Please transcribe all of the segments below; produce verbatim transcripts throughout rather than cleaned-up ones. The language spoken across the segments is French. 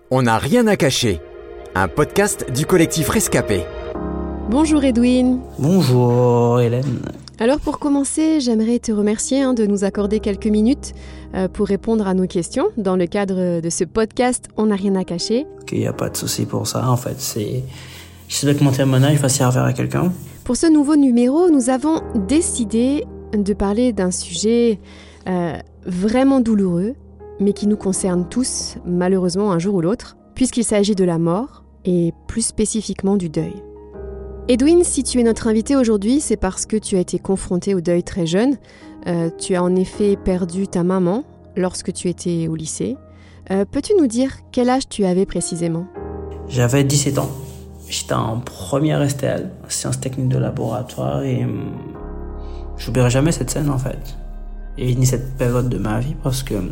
On n'a rien à cacher, un podcast du collectif Rescapé. Bonjour Edwin. Bonjour Hélène. Alors pour commencer, j'aimerais te remercier hein, de nous accorder quelques minutes euh, pour répondre à nos questions dans le cadre de ce podcast On n'a rien à cacher. Ok, il n'y a pas de souci pour ça en fait. C'est... J'espère que mon témoignage va servir à quelqu'un. Pour ce nouveau numéro, nous avons décidé de parler d'un sujet euh, vraiment douloureux, mais qui nous concerne tous, malheureusement un jour ou l'autre, puisqu'il s'agit de la mort et plus spécifiquement du deuil. Edwin, si tu es notre invité aujourd'hui, c'est parce que tu as été confronté au deuil très jeune. Euh, tu as en effet perdu ta maman lorsque tu étais au lycée. Euh, peux-tu nous dire quel âge tu avais précisément ? J'avais dix-sept ans. J'étais en première S T L, sciences techniques de laboratoire, et euh, j'oublierai jamais cette scène en fait. Et ni cette période de ma vie parce que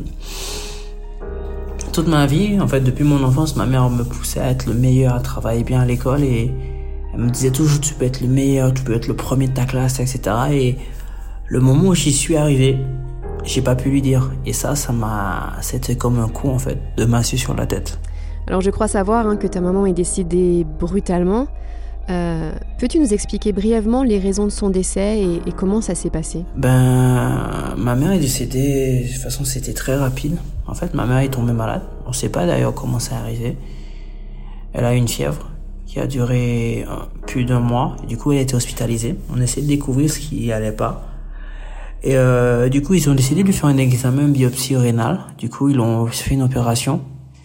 toute ma vie, en fait, depuis mon enfance, ma mère me poussait à être le meilleur, à travailler bien à l'école et elle me disait toujours tu peux être le meilleur, tu peux être le premier de ta classe, et cetera. Et le moment où j'y suis arrivé, j'ai pas pu lui dire. Et ça, ça m'a, c'était comme un coup en fait de massue sur la tête. Alors je crois savoir hein, que ta maman est décédée brutalement. Euh, peux-tu nous expliquer brièvement les raisons de son décès et, et comment ça s'est passé ? Ben, ma mère est décédée, de toute façon c'était très rapide. En fait, ma mère est tombée malade. On ne sait pas d'ailleurs comment c'est arrivé. Elle a eu une fièvre qui a duré plus d'un mois. Du coup, elle a été hospitalisée. On essaie de découvrir ce qui allait pas. Et euh, du coup, ils ont décidé de lui faire un examen biopsie rénale. Du coup, ils ont fait une opération.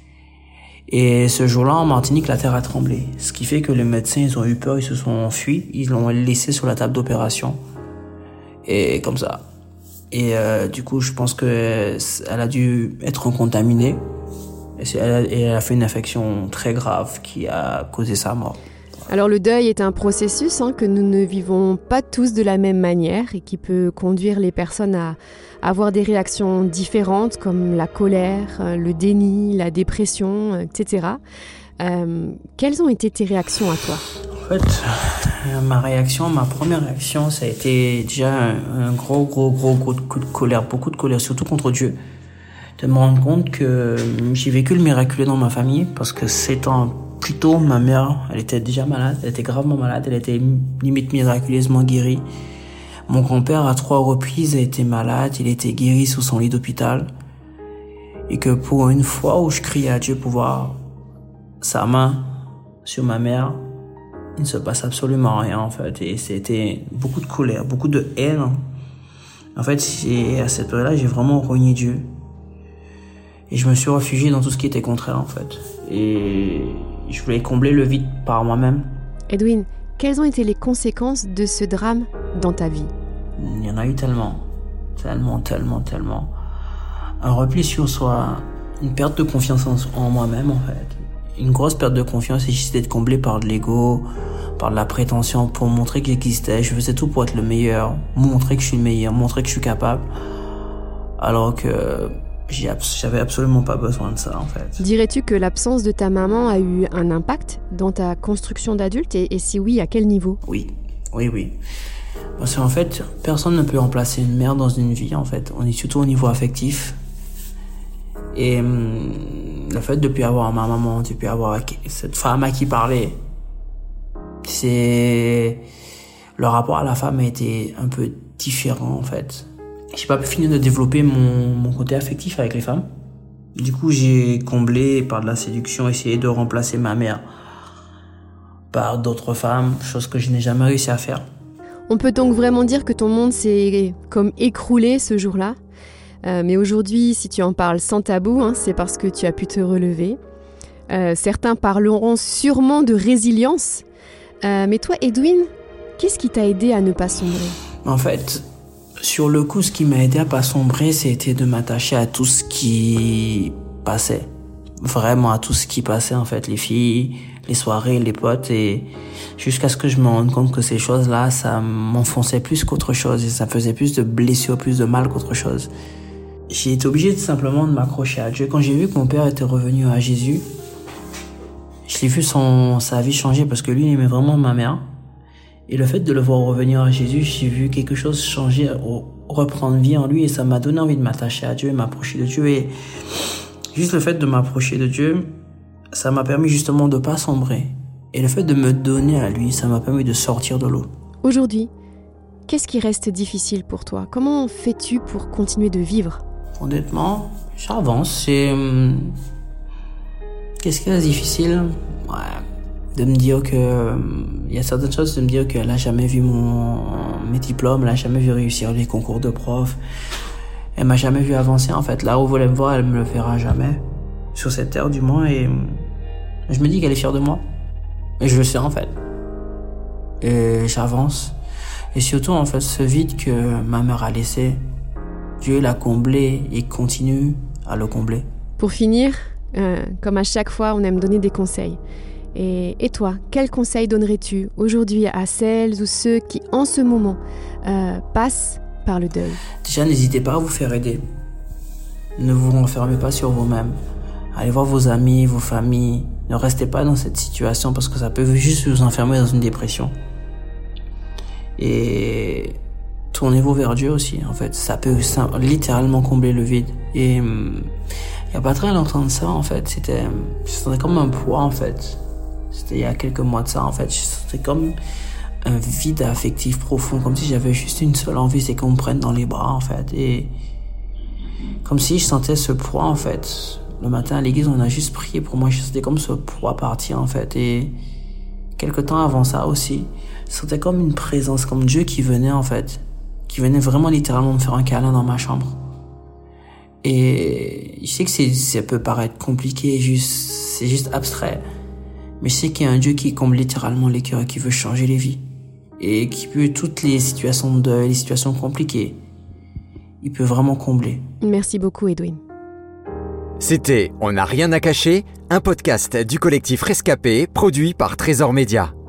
Et ce jour-là, en Martinique, la terre a tremblé. Ce qui fait que les médecins, ils ont eu peur, ils se sont enfuis. Ils l'ont laissé sur la table d'opération. Et comme ça. Et euh, du coup, je pense que elle a dû être contaminée. Et, elle a, et elle a fait une infection très grave qui a causé sa mort. Alors le deuil est un processus hein, que nous ne vivons pas tous de la même manière et qui peut conduire les personnes à avoir des réactions différentes comme la colère, le déni, la dépression, et cetera. Euh, quelles ont été tes réactions à toi ? En fait, ma réaction, ma première réaction, ça a été déjà un, un gros, gros, gros, gros coup de colère, beaucoup de colère, surtout contre Dieu. De me rendre compte que j'ai vécu le miraculeux dans ma famille parce que sept ans plus tôt, ma mère, elle était déjà malade, elle était gravement malade, elle était limite miraculeusement guérie. Mon grand-père, à trois reprises, a été malade, il était guéri sous son lit d'hôpital. Et que pour une fois où je criais à Dieu pour voir sa main sur ma mère, il ne se passe absolument rien, en fait. Et c'était beaucoup de colère, beaucoup de haine. En fait, à cette période-là, j'ai vraiment renié Dieu. Et je me suis réfugié dans tout ce qui était contraire, en fait. Et je voulais combler le vide par moi-même. Edwin, quelles ont été les conséquences de ce drame dans ta vie ? Il y en a eu tellement, tellement, tellement, tellement. Un repli sur soi, une perte de confiance en, en moi-même, en fait. Une grosse perte de confiance et j'essayais d'être comblé par de l'ego, par de la prétention pour montrer que j'existais. Je faisais tout pour être le meilleur, montrer que je suis le meilleur, montrer que je suis capable. Alors que j'avais absolument pas besoin de ça, en fait. Dirais-tu que l'absence de ta maman a eu un impact dans ta construction d'adulte et, et si oui, à quel niveau ? Oui, oui, oui. Parce qu'en fait, personne ne peut remplacer une mère dans une vie, en fait. On est surtout au niveau affectif. Et hum, le fait de ne plus avoir ma maman, de ne plus avoir cette femme à qui parler, c'est... Le rapport à la femme a été un peu différent, en fait. J'ai pas pu finir de développer mon, mon côté affectif avec les femmes. Du coup, j'ai comblé par de la séduction, essayé de remplacer ma mère par d'autres femmes, chose que je n'ai jamais réussi à faire. On peut donc vraiment dire que ton monde s'est comme écroulé ce jour-là. Euh, mais aujourd'hui, si tu en parles sans tabou, hein, c'est parce que tu as pu te relever. Euh, certains parleront sûrement de résilience. Euh, mais toi, Edwin, qu'est-ce qui t'a aidé à ne pas sombrer ? En fait, sur le coup, ce qui m'a aidé à pas sombrer, c'était de m'attacher à tout ce qui passait. Vraiment à tout ce qui passait, en fait. Les filles, les soirées, les potes. Et jusqu'à ce que je me rende compte que ces choses-là, ça m'enfonçait plus qu'autre chose. Et ça faisait plus de blessures, plus de mal qu'autre chose. J'ai été obligé de simplement de m'accrocher à Dieu. Quand j'ai vu que mon père était revenu à Jésus, je l'ai vu son, sa vie changer parce que lui, il aimait vraiment ma mère. Et le fait de le voir revenir à Jésus, j'ai vu quelque chose changer, reprendre vie en lui et ça m'a donné envie de m'attacher à Dieu et m'approcher de Dieu. Et juste le fait de m'approcher de Dieu ça m'a permis justement de pas sombrer. Et le fait de me donner à lui, ça m'a permis de sortir de l'eau. Aujourd'hui, qu'est-ce qui reste difficile pour toi ? Comment fais-tu pour continuer de vivre ? Honnêtement, j'avance. C'est... Qu'est-ce qui est difficile ? Ouais. De me dire que... Il y a certaines choses, de me dire qu'elle n'a jamais vu mon... mes diplômes, elle n'a jamais vu réussir les concours de prof. Elle m'a jamais vu avancer, en fait. Là où vous voulez me voir, elle me le verra jamais. Sur cette terre, du moins. Et je me dis qu'elle est fière de moi. Et je le sais, en fait. Et j'avance. Et surtout, en fait, ce vide que ma mère a laissé, Dieu l'a comblé et continue à le combler. Pour finir, euh, comme à chaque fois, on aime donner des conseils. Et, et toi, quels conseils donnerais-tu aujourd'hui à celles ou ceux qui, en ce moment, euh, passent par le deuil ? Déjà, n'hésitez pas à vous faire aider. Ne vous renfermez pas sur vous-même. Allez voir vos amis, vos familles. Ne restez pas dans cette situation parce que ça peut juste vous enfermer dans une dépression. Et tournez-vous vers Dieu aussi, en fait. Ça peut littéralement combler le vide. Et il hum, n'y a pas très longtemps de ça, en fait. C'était, c'était comme un poids, en fait. C'était il y a quelques mois de ça, en fait. C'était comme un vide affectif profond. Comme si j'avais juste une seule envie, c'est qu'on me prenne dans les bras, en fait. Et comme si je sentais ce poids, en fait. Le matin à l'église, on a juste prié pour moi. C'était comme ce poids partir, en fait. Et quelque temps avant ça aussi, c'était comme une présence, comme Dieu qui venait, en fait. Qui venait vraiment littéralement me faire un câlin dans ma chambre. Et je sais que c'est, ça peut paraître compliqué, juste, c'est juste abstrait. Mais je sais qu'il y a un Dieu qui comble littéralement les cœurs et qui veut changer les vies. Et qui peut toutes les situations de deuil, les situations compliquées. Il peut vraiment combler. Merci beaucoup, Edwin. C'était On n'a rien à cacher, un podcast du collectif Rescapé, produit par Trésor Média.